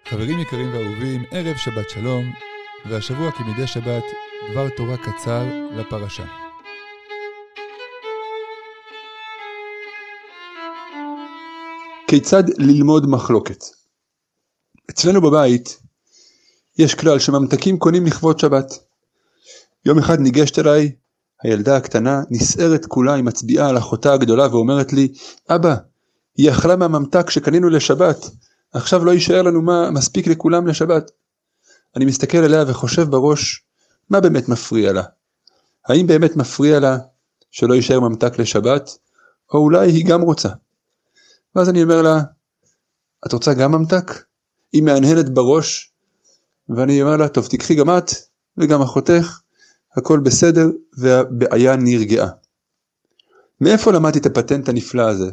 חברים יקרים ואהובים, ערב שבת שלום, והשבוע כמדי שבת דבר תורה קצר לפרשה. כיצד ללמוד מחלוקת? אצלנו בבית יש כלל שממתקים קונים לכבוד שבת. יום אחד ניגשת אליי הילדה הקטנה, נסערת כולה, היא מצביעה על אחותה הגדולה ואומרת לי, אבא, היא אכלה מהממתק שקנינו לשבת, עכשיו לא יישאר לנו מה מספיק לכולם לשבת. אני מסתכל עליה וחושב בראש, מה באמת מפריע לה? האם באמת מפריע לה שלא יישאר ממתק לשבת, או אולי היא גם רוצה? ואז אני אומר לה, את רוצה גם ממתק? היא מהנהנת בראש, ואני אומר לה, טוב, תקחי גם את וגם אחותך, הכל בסדר, והבעיה נרגעה. מאיפה למדתי את הפטנט הנפלא הזה?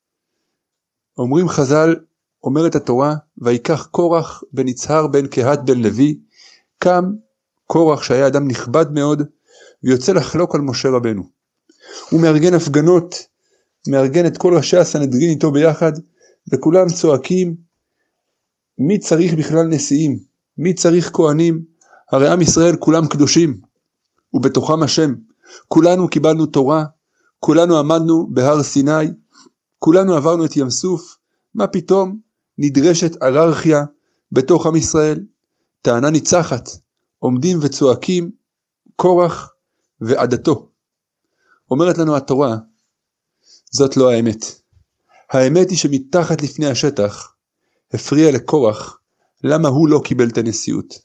אומרים חז"ל, אומרת התורה, ויקח קורח בן יצהר בן קהת בן לוי, קם קורח שהיה אדם נכבד מאוד, ויוצא לחלוק על משה רבנו. הוא מארגן הפגנות, מארגן את כל ראשי הסנהדרין איתו ביחד, וכולם צועקים, מי צריך בכלל נשיאים? מי צריך כהנים? הרי עם ישראל כולם קדושים, ובתוכם השם. כולנו קיבלנו תורה, כולנו עמדנו בהר סיני, כולנו עברנו את ים סוף, מה פתאום נדרשת אנרכיה בתוך עם ישראל? טענה ניצחת, עומדים וצועקים קורח ועדתו. אומרת לנו התורה, זאת לא האמת. האמת היא שמתחת לפני השטח הפריע לקורח למה הוא לא קיבל את הנשיאות.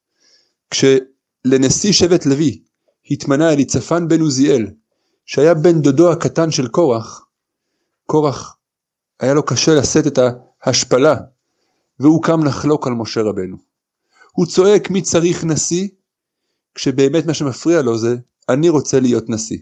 כשלנשיא שבט לוי התמנה אליצפן בן עוזיאל, שהיה בן דודו הקטן של קורח, קורח היה לו קשה לשאת את ההשפלה, והוא קם לחלוק על משה רבנו. הוא צועק מי צריך נשיא, כשבאמת מה שמפריע לו זה, אני רוצה להיות נשיא.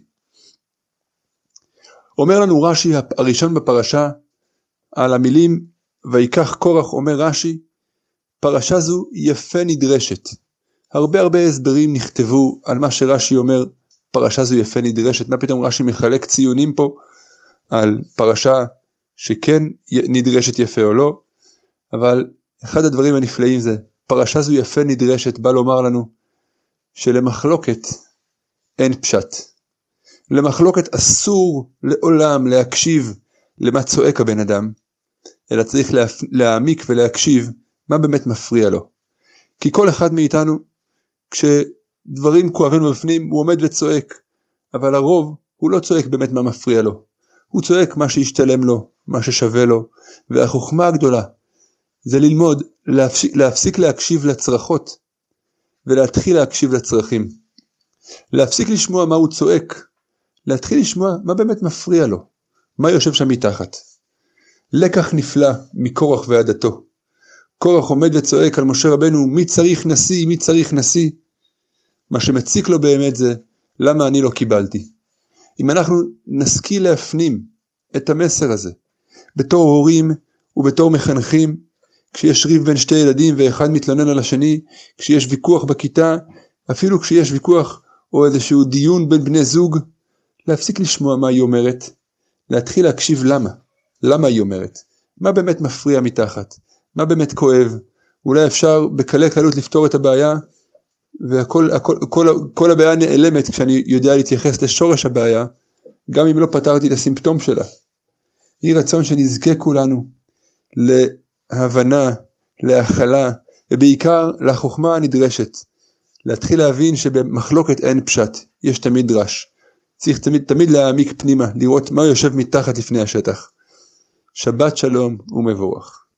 אומר לנו רש"י הראשון בפרשה, על המילים, ויקח קורח, אומר רש"י, פרשה זו יפה נדרשת. הרבה הסברים נכתבו על מה שרש"י אומר, פרשה זו יפה נדרשת. מה פתאום רש"י מחלק ציונים פה, על פרשה שכן נדרשת יפה או לא, אבל אחד הדברים הנפלאים זה, פרשה זו יפה נדרשת, בא לומר לנו, שלמחלוקת אין פשט. למחלוקת אסור לעולם להקשיב למה צועק הבן אדם, אלא צריך להעמיק ולהקשיב מה באמת מפריע לו. כי כל אחד מאיתנו, כשדברים כואבים בפנים, הוא עומד וצועק, אבל הרוב הוא לא צועק באמת מה מפריע לו. הוא צועק מה שישתלם לו, מה ששווה לו, והחוכמה הגדולה זה ללמוד, להפסיק להקשיב לצרחות, ולהתחיל להקשיב לצרכים. להפסיק לשמוע מה הוא צועק, להתחיל לשמוע מה באמת מפריע לו, מה יושב שם מתחת. לקח נפלא מקורח ועדתו. קורח עומד וצועק על משה רבנו, מי צריך נשיא, מי צריך נשיא? מה שמציק לו באמת זה, למה אני לא קיבלתי? אם אנחנו נשכיל להפנים את המסר הזה, בתור הורים ובתור מחנכים, כשיש ריב בין שתי ילדים ואחד מתלונן על השני, כשיש ויכוח בכיתה, אפילו כשיש ויכוח או איזשהו דיון בין בני זוג, להפסיק לשמוע מה היא אומרת, להתחיל להקשיב למה היא אומרת, מה באמת מפריע מתחת, מה באמת כואב, אולי אפשר בקלי קלות לפתור את הבעיה, וכל הבעיה נעלמת כשאני יודע להתייחס לשורש הבעיה, גם אם לא פתרתי את הסימפטום שלה. היא רצון שנזכה כולנו להבנה, להכלה, ובעיקר לחוכמה הנדרשת. להתחיל להבין שבמחלוקת אין פשט, יש תמיד דרש. צריך תמיד להעמיק פנימה, לראות מה יושב מתחת לפני השטח. שבת שלום ומבורך.